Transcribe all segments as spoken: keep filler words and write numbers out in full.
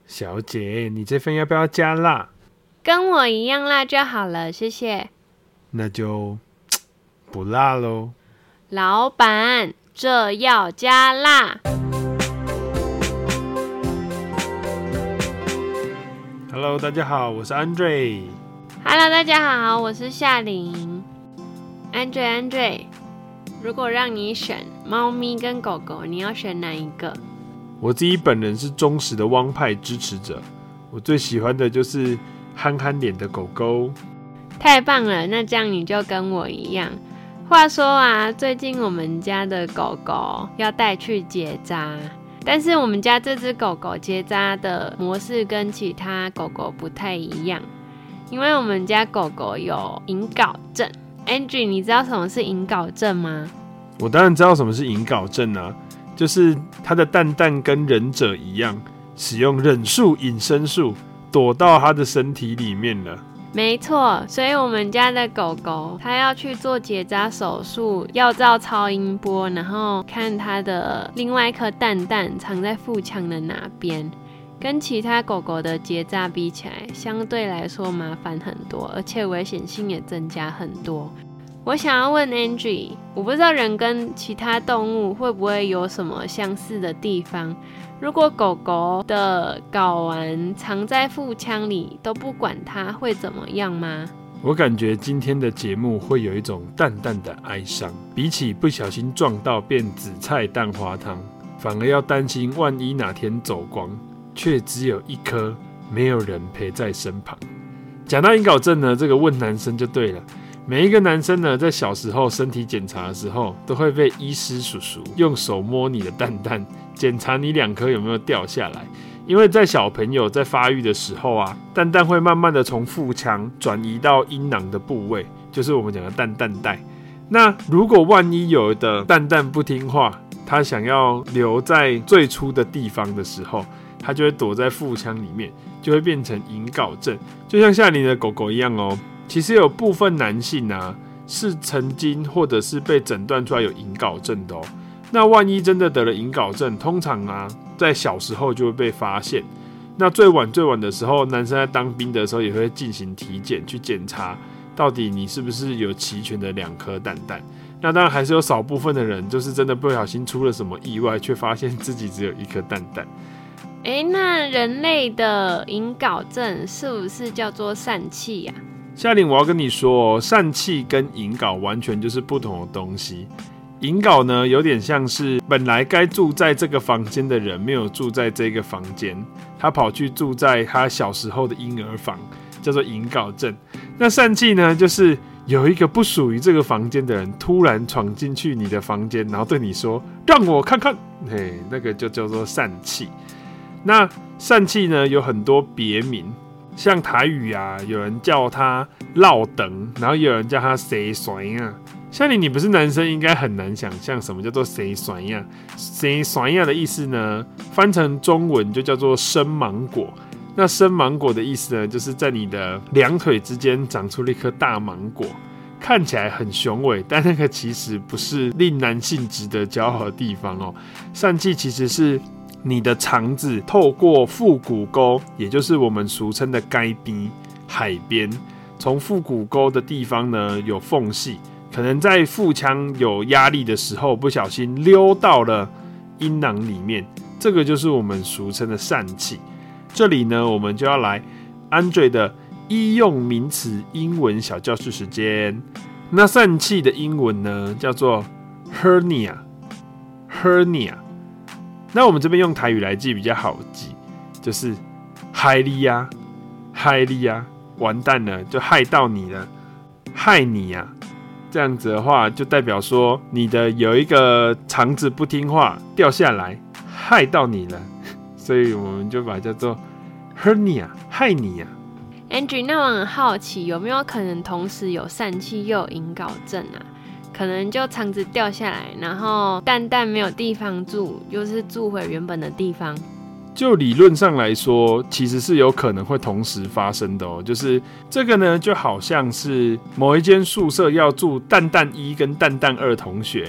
小姐，你这份要不要加辣？ 跟我一样辣就好了，谢谢。 那就不辣咯。 老板，这要加辣。 Hello， 大家好，我是 Andre。Hello， 大家好，我是夏琳。Andre Andre， 如果让你选猫咪跟狗狗，你要选哪一个？ 我自己本人是忠实的汪派支持者，我最喜欢的就是憨憨脸的狗狗。 太棒了，那这样你就跟我一样。话说啊，最近我们家的狗狗要带去结扎，但是我们家这只狗狗结扎的模式跟其他狗狗不太一样，因为我们家狗狗有隐睪症。Angie， 你知道什么是隐睪症吗？ 我当然知道什么是隐睪症啊，就是它的蛋蛋跟忍者一样，使用忍术隐身术躲到它的身体里面了。 没错，所以我们家的狗狗它要去做结扎手术，要照超音波，然后看它的另外一颗蛋蛋藏在腹腔的哪边。跟其他狗狗的结扎比起来，相对来说麻烦很多，而且危险性也增加很多。我想要问 Angie， 我不知道人跟其他动物会不会有什么相似的地方？如果狗狗的睾丸藏在腹腔里都不管它，会怎么样吗？ 我感觉今天的节目会有一种淡淡的哀伤，比起不小心撞到变紫菜蛋花汤，反而要担心万一哪天走光，却只有一颗，没有人陪在身旁。讲到隐睪症呢，这个问男生就对了。每一个男生呢，在小时候身体检查的时候，都会被医师叔叔用手摸你的蛋蛋，检查你两颗有没有掉下来。因为在小朋友在发育的时候啊，蛋蛋会慢慢的从腹腔转移到阴囊的部位，就是我们讲的蛋蛋带。那如果万一有的蛋蛋不听话，它想要留在最初的地方的时候，它就会躲在腹腔里面，就会变成隐睪症，就像夏琳的狗狗一样哦。其实有部分男性啊，是曾经或者是被诊断出来有隐睪症的哦。那万一真的得了隐睪症，通常啊，在小时候就会被发现。那最晚最晚的时候，男生在当兵的时候也会进行体检，去检查到底你是不是有齐全的两颗蛋蛋。那当然还是有少部分的人，就是真的不小心出了什么意外，却发现自己只有一颗蛋蛋。 欸，那人类的隐睪症是不是叫做疝气呀？ 夏琳，我要跟你说哦，疝气跟隐睪完全就是不同的东西。隐睪呢，有点像是本来该住在这个房间的人没有住在这个房间，他跑去住在他小时候的婴儿房，叫做隐睪症。那疝气呢，就是有一个不属于这个房间的人突然闯进去你的房间，然后对你说让我看看，嘿，那个就叫做疝气。那疝气呢，有很多别名，像台语啊，有人叫它落长，然后有人叫它生酸呀。像你，你不是男生，应该很难想象什么叫做生酸呀。生酸呀的意思呢，翻成中文就叫做生芒果。那生芒果的意思呢，就是在你的两腿之间长出了一颗大芒果，看起来很雄伟，但那个其实不是令男性值得骄傲的地方哦。疝气其实是你的肠子透过腹股沟，也就是我们俗称的该边海边，从腹股沟的地方呢有缝隙，可能在腹腔有压力的时候，不小心溜到了阴囊里面，这个就是我们俗称的疝气。这里呢，我们就要来 Andre 的医用名词英文小教室时间。那疝气的英文呢，叫做 hernia hernia。那我们这边用台语来记比较好记，就是害你呀，害你呀，完蛋了，就害到你了，害你呀。这样子的话，就代表说你的有一个肠子不听话掉下来，害到你了，所以我们就把它叫做 hernia， 害你呀。 Angie， 那我很好奇，有没有可能同时有疝气又有隐睪症啊？可能就肠子掉下来，然后蛋蛋没有地方住，就是住回原本的地方。 就理论上来说，其实是有可能会同时发生的哦。就是这个呢，就好像是某一间宿舍要住蛋蛋一跟蛋蛋二同学，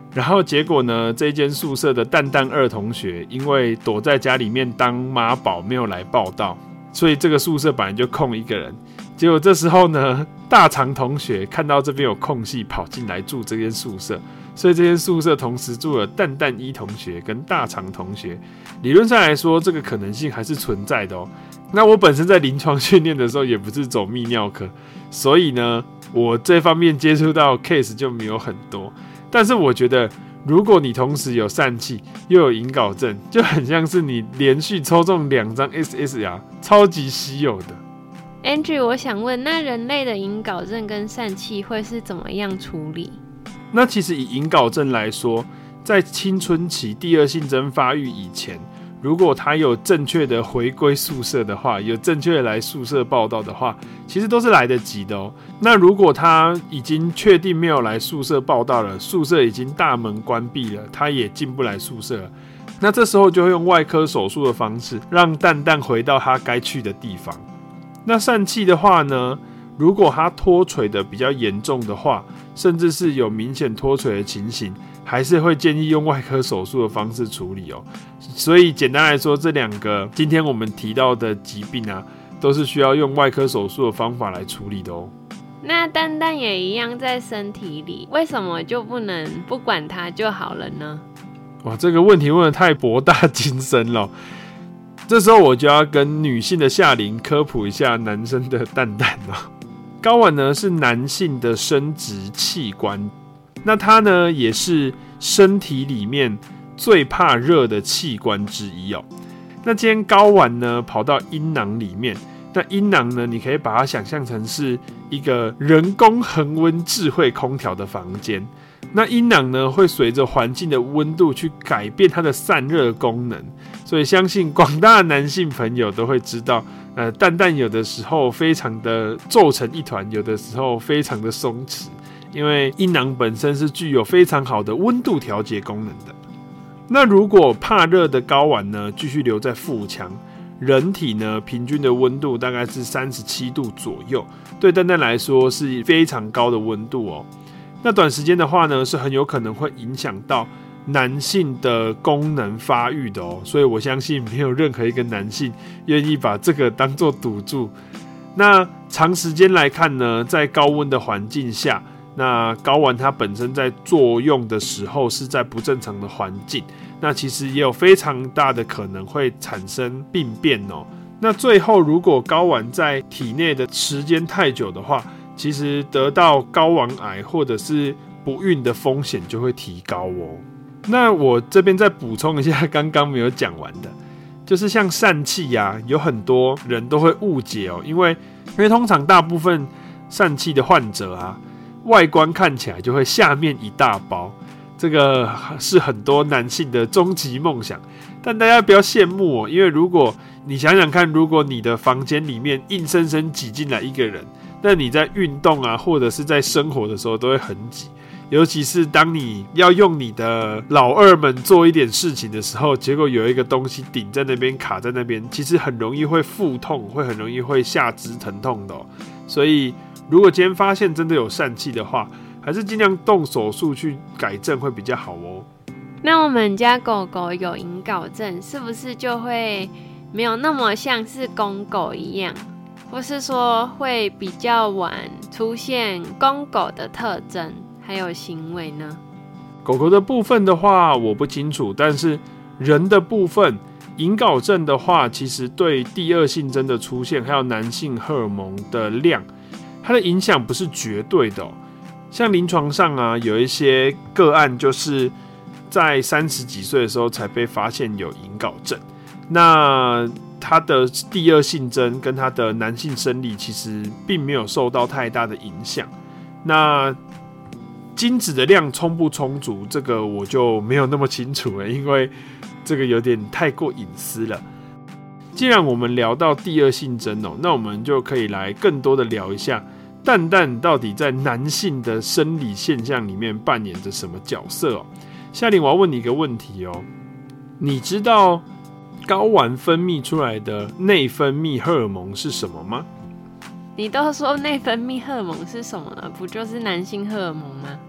然后结果呢，这间宿舍的蛋蛋二同学因为躲在家里面当妈宝，没有来报到，所以这个宿舍本来就空一个人。结果这时候呢，大肠同学看到这边有空隙，跑进来住这间宿舍，所以这间宿舍同时住了蛋蛋一同学跟大肠同学。理论上来说，这个可能性还是存在的哦。那我本身在临床训练的时候也不是走泌尿科，所以呢，我这方面接触到 case 就没有很多。但是我觉得，如果你同时有疝气又有隐睾症，就很像是你连续抽中两张 S S R， 超级稀有的。 Andrew， 我想问，那人类的隐睾症跟疝气会是怎么样处理？ 那其实以隐睾症来说，在青春期第二性征发育以前，如果他有正确的回归宿舍的话，有正确的来宿舍报到的话，其实都是来得及的哦。那如果他已经确定没有来宿舍报到了，宿舍已经大门关闭了，他也进不来宿舍了，那这时候就会用外科手术的方式，让蛋蛋回到他该去的地方。那疝气的话呢，如果它脱垂的比较严重的话，甚至是有明显脱垂的情形，还是会建议用外科手术的方式处理哦。所以简单来说，这两个今天我们提到的疾病啊，都是需要用外科手术的方法来处理的哦。 那蛋蛋也一样在身体里，为什么就不能不管它就好了呢？ 哇，这个问题问得太博大精深了。这时候我就要跟女性的夏琳科普一下男生的蛋蛋了。睾丸呢是男性的生殖器官，那它呢也是身体里面最怕热的器官之一哦。那今天睾丸呢跑到阴囊里面，那阴囊呢你可以把它想象成是一个人工恒温智慧空调的房间。那阴囊呢会随着环境的温度去改变它的散热功能，所以相信广大的男性朋友都会知道，呃，蛋蛋有的时候非常的皱成一团，有的时候非常的松弛，因为阴囊本身是具有非常好的温度调节功能的。那如果怕热的睾丸呢继续留在腹腔，人体呢平均的温度大概是三十七度左右，对蛋蛋来说是非常高的温度哦。那短时间的话呢，是很有可能会影响到男性的功能发育的哦，所以我相信没有任何一个男性愿意把这个当作赌注。那长时间来看呢，在高温的环境下，那睾丸它本身在作用的时候是在不正常的环境，那其实也有非常大的可能会产生病变哦。那最后如果睾丸在体内的时间太久的话，其实得到睾丸癌或者是不孕的风险就会提高哦。那我这边再补充一下刚刚没有讲完的，就是像疝气啊，有很多人都会误解哦，因为因为通常大部分疝气的患者啊，外观看起来就会下面一大包，这个是很多男性的终极梦想。但大家不要羡慕哦，因为如果你想想看，如果你的房间里面硬生生挤进来一个人，那你在运动啊，或者是在生活的时候都会很挤，尤其是当你要用你的老二们做一点事情的时候，结果有一个东西顶在那边卡在那边，其实很容易会腹痛，会很容易会下肢疼痛的哦。所以如果今天发现真的有疝气的话，还是尽量动手术去改正会比较好哦。 那我们家狗狗有隐睾症，是不是就会没有那么像是公狗一样，或是说会比较晚出现公狗的特征还有行为呢？ 狗狗的部分的话我不清楚，但是人的部分，隐睾症的话，其实对第二性征的出现还有男性荷尔蒙的量，它的影响不是绝对的哦。像临床上啊，有一些个案就是在三十几岁的时候才被发现有隐睾症，那他的第二性征跟他的男性生理其实并没有受到太大的影响。那精子的量充不充足，这个我就没有那么清楚了，因为这个有点太过隐私了。既然我们聊到第二性征哦，那我们就可以来更多的聊一下蛋蛋到底在男性的生理现象里面扮演着什么角色哦。夏琳，我要问你一个问题哦，你知道睾丸分泌出来的内分泌荷尔蒙是什么吗？ 你都说内分泌荷尔蒙是什么了，不就是男性荷尔蒙吗？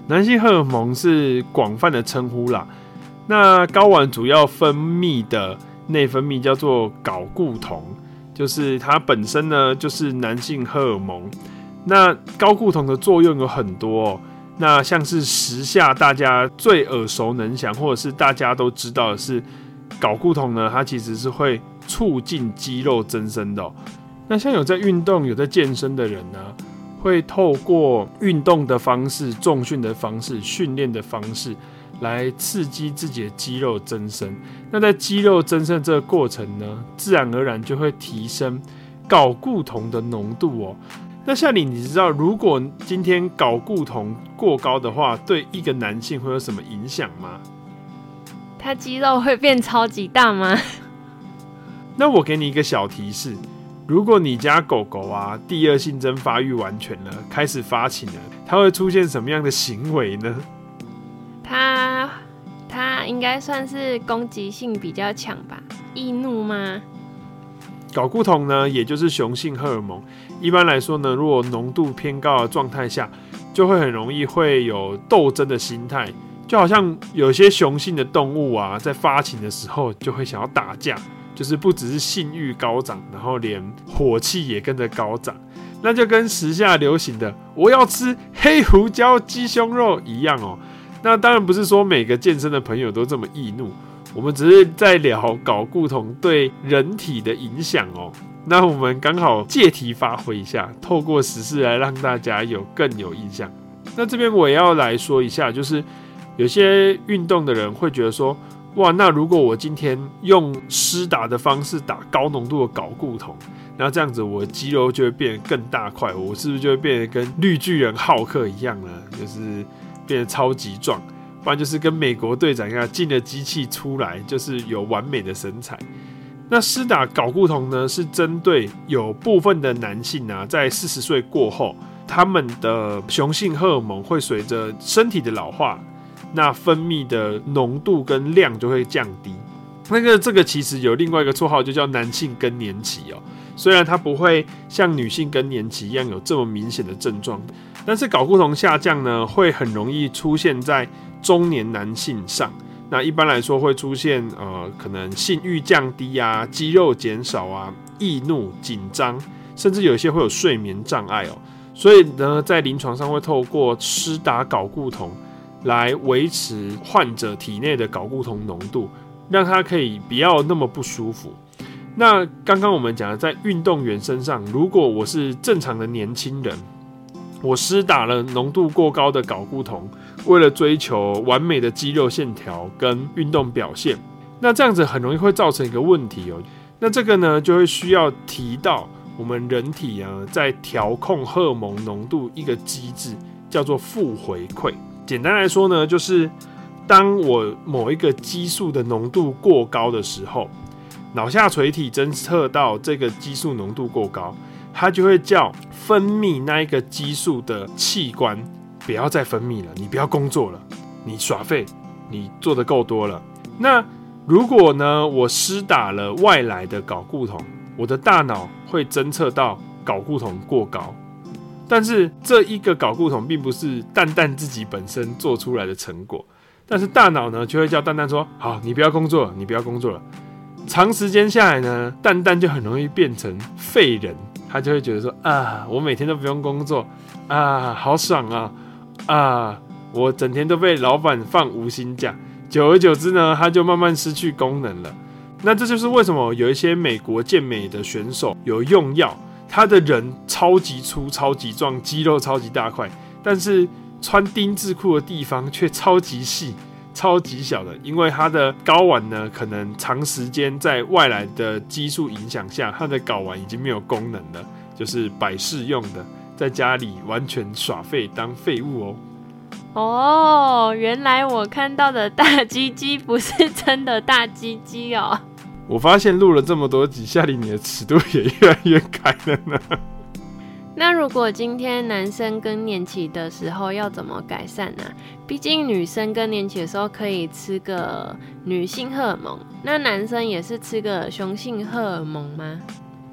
男性荷尔蒙是广泛的称呼啦。那睾丸主要分泌的内分泌叫做睾固酮，就是它本身呢就是男性荷尔蒙。那睾固酮的作用有很多哦，那像是时下大家最耳熟能详，或者是大家都知道的是，睾固酮呢，它其实是会促进肌肉增生的哦。那像有在运动、有在健身的人呢，会透过运动的方式、重训的方式、训练的方式，来刺激自己的肌肉增生。那在肌肉增生这个过程呢，自然而然就会提升睾固酮的浓度哦。那夏琳，你知道如果今天睾固酮过高的话，对一个男性会有什么影响吗？ 他肌肉会变超级大吗？ 那我给你一个小提示，如果你家狗狗啊第二性征发育完全了，开始发情了，它会出现什么样的行为呢？ 它它应该算是攻击性比较强吧？易怒吗？ 睾固酮呢，也就是雄性荷尔蒙。一般来说呢，如果浓度偏高的状态下，就会很容易会有斗争的心态，就好像有些雄性的动物啊，在发情的时候就会想要打架，就是不只是性欲高涨，然后连火气也跟着高涨。那就跟时下流行的"我要吃黑胡椒鸡胸肉"一样哦。那当然不是说每个健身的朋友都这么易怒。我们只是在聊睾固酮对人体的影响哦。那我们刚好借题发挥一下，透过时事来让大家有更有印象。那这边我也要来说一下，就是有些运动的人会觉得说，哇，那如果我今天用施打的方式打高浓度的睾固酮，那这样子我的肌肉就会变得更大块，我是不是就会变得跟绿巨人浩克一样呢？就是变得超级壮。不然就是跟美国队长一样，进了机器出来就是有完美的身材。那施打睾固酮呢，是针对有部分的男性啊，在四十岁过后，他们的雄性荷尔蒙会随着身体的老化，那分泌的浓度跟量就会降低。那个这个其实有另外一个绰号，就叫男性更年期哦。虽然它不会像女性更年期一样有这么明显的症状，但是睾固酮下降呢，会很容易出现在中年男性上。那一般来说会出现呃，可能性欲降低啊，肌肉减少啊，易怒、紧张，甚至有一些会有睡眠障碍哦。所以呢，在临床上会透过施打睾固酮来维持患者体内的睾固酮浓度，让他可以不要那么不舒服。那刚刚我们讲的，在运动员身上，如果我是正常的年轻人，我施打了浓度过高的睾固酮，为了追求完美的肌肉线条跟运动表现，那这样子很容易会造成一个问题哦。那这个呢，就会需要提到我们人体啊，在调控荷尔蒙浓度一个机制，叫做负回馈。简单来说呢，就是当我某一个激素的浓度过高的时候，脑下垂体侦测到这个激素浓度过高，它就会叫分泌那一个激素的器官不要再分泌了，你不要工作了，你耍废，你做的够多了。那如果呢，我施打了外来的睾固酮，我的大脑会侦测到睾固酮过高，但是这一个睾固酮并不是蛋蛋自己本身做出来的成果，但是大脑呢就会叫蛋蛋说，好，你不要工作了，你不要工作了。长时间下来呢，蛋蛋就很容易变成废人，他就会觉得说，啊，我每天都不用工作啊，好爽啊啊，我整天都被老板放无薪假，久而久之呢，他就慢慢失去功能了。那这就是为什么有一些美国健美的选手有用药，他的人超级粗、超级壮，肌肉超级大块，但是穿丁字裤的地方却超级细、超级小的，因为他的睾丸呢，可能长时间在外来的激素影响下，他的睾丸已经没有功能了，就是摆饰用的，在家里完全耍废当废物哦。 哦，原来我看到的大鸡鸡不是真的大鸡鸡哦。 我发现录了这么多集，夏琳你的尺度也越来越开了呢。 那如果今天男生更年期的时候要怎么改善呢、啊？毕竟女生更年期的时候可以吃个女性荷尔蒙，那男生也是吃个雄性荷尔蒙吗？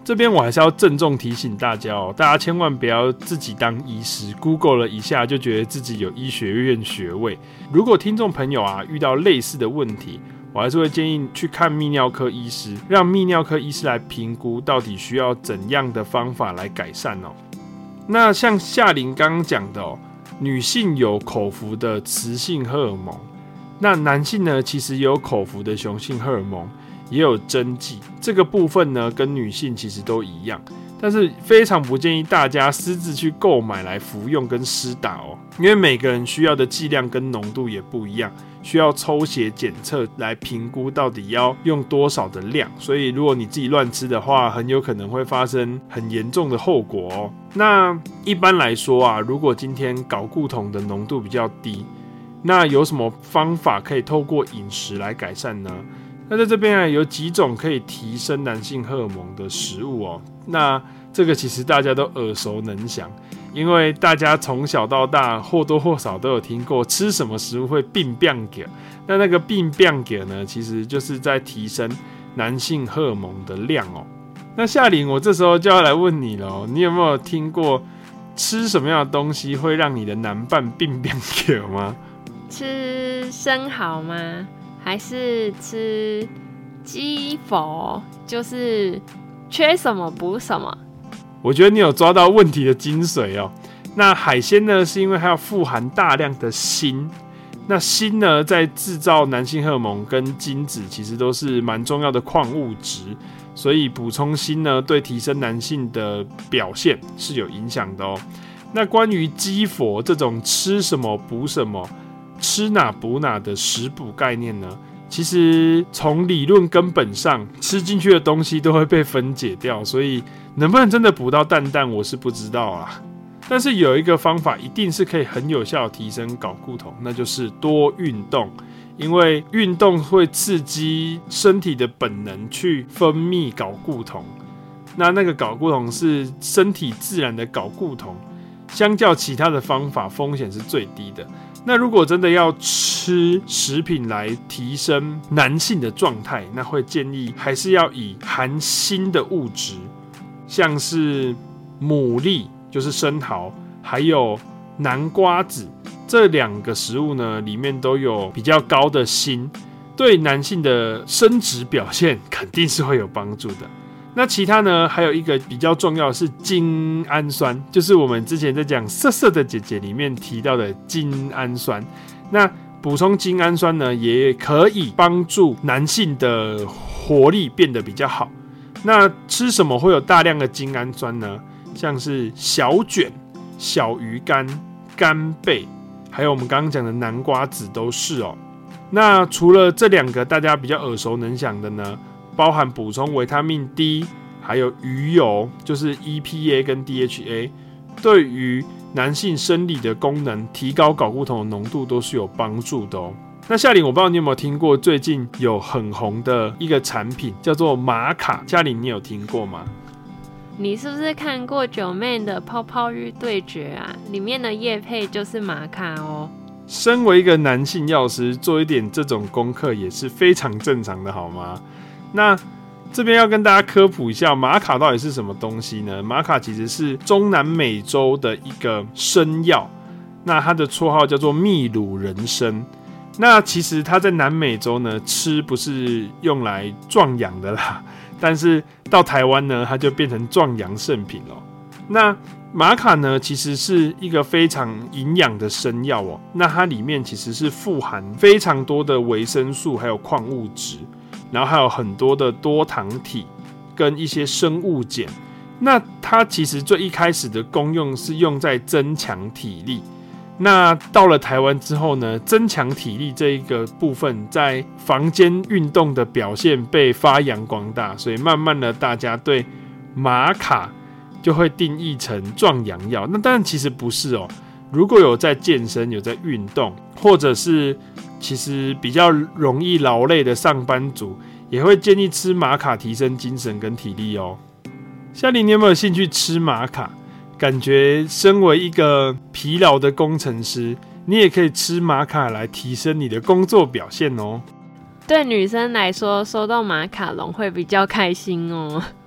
这边我还是要郑重提醒大家哦，大家千万不要自己当医师 ，Google 了一下就觉得自己有医学院学位。如果听众朋友啊遇到类似的问题，我还是会建议去看泌尿科医师，让泌尿科医师来评估到底需要怎样的方法来改善哦。那像夏琳刚刚讲的哦，女性有口服的雌性荷尔蒙，那男性呢其实也有口服的雄性荷尔蒙。也有针剂，这个部分呢跟女性其实都一样，但是非常不建议大家私自去购买来服用跟施打哦，因为每个人需要的剂量跟浓度也不一样，需要抽血检测来评估到底要用多少的量，所以如果你自己乱吃的话，很有可能会发生很严重的后果哦。那一般来说啊，如果今天睾固酮的浓度比较低，那有什么方法可以透过饮食来改善呢？那在这边啊，有几种可以提升男性荷尔蒙的食物哦。那这个其实大家都耳熟能详，因为大家从小到大或多或少都有听过吃什么食物会病变给。那那个病变给呢，其实就是在提升男性荷尔蒙的量哦。那夏琳，我这时候就要来问你了哦，你有没有听过吃什么样的东西会让你的男伴病变给吗？ 吃生蚝吗？还是吃鸡佛，就是缺什么补什么。 我觉得你有抓到问题的精髓哦。那海鲜呢，是因为它要富含大量的锌，那锌呢，在制造男性荷尔蒙跟精子其实都是蛮重要的矿物质，所以补充锌呢，对提升男性的表现是有影响的哦。那关于鸡佛这种吃什么补什么，吃哪补哪的食补概念呢，其实从理论根本上，吃进去的东西都会被分解掉，所以能不能真的补到蛋蛋，我是不知道啦。但是有一个方法一定是可以很有效提升睾固酮，那就是多运动，因为运动会刺激身体的本能去分泌睾固酮，那那个睾固酮是身体自然的睾固酮，相较其他的方法风险是最低的。那如果真的要吃食品来提升男性的状态，那会建议还是要以含锌的物质，像是牡蛎，就是生蚝，还有南瓜子，这两个食物呢，里面都有比较高的锌，对男性的生殖表现肯定是会有帮助的。那其他呢，还有一个比较重要的是精氨酸，就是我们之前在讲色色的姐姐里面提到的精氨酸。那补充精氨酸呢，也可以帮助男性的活力变得比较好。那吃什么会有大量的精氨酸呢？像是小卷、小鱼干、干贝，还有我们刚刚讲的南瓜子都是哦。那除了这两个大家比较耳熟能详的呢，包含补充维他命 D， 还有鱼油，就是 E P A 跟 D H A， 对于男性生理的功能、提高睾固酮的浓度都是有帮助的哦。那夏琳，我不知道你有没有听过最近有很红的一个产品叫做玛卡，夏琳你有听过吗？ 你是不是看过九妹的泡泡浴对决啊？里面的业配就是玛卡哦。 身为一个男性药师，做一点这种功课也是非常正常的，好吗？那这边要跟大家科普一下，玛卡到底是什么东西呢？玛卡其实是中南美洲的一个生药，那它的绰号叫做秘鲁人参。那其实它在南美洲呢，吃不是用来壮阳的啦，但是到台湾呢，它就变成壮阳圣品了。那玛卡呢，其实是一个非常营养的生药哦。那它里面其实是富含非常多的维生素，还有矿物质，然后还有很多的多糖体跟一些生物碱。那它其实最一开始的功用是用在增强体力。那到了台湾之后呢，增强体力这一个部分在房间运动的表现被发扬光大，所以慢慢的大家对玛卡就会定义成壮阳药。那当然其实不是哦，如果有在健身、有在运动，或者是其实比较容易劳累的上班族，也会建议吃玛卡提升精神跟体力哦。夏琳，你有没有兴趣吃玛卡？感觉身为一个疲劳的工程师，你也可以吃玛卡来提升你的工作表现哦。 对女生来说，收到马卡龙会比较开心哦。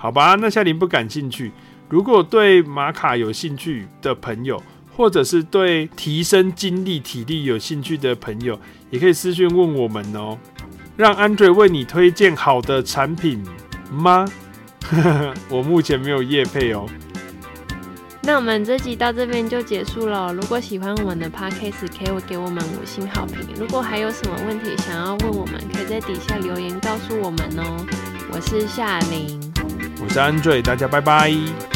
好吧，那夏琳不感兴趣。如果对玛卡有兴趣的朋友，或者是对提升精力体力有兴趣的朋友，也可以私讯问我们哦，让 Andre 为你推荐好的产品吗？我目前没有业配哦。 那我们这集到这边就结束了。如果喜欢我们的 Podcast， 可以给我们五星好评。如果还有什么问题想要问我们，可以在底下留言告诉我们哦。我是夏琳， 我是 Andre， 大家拜拜。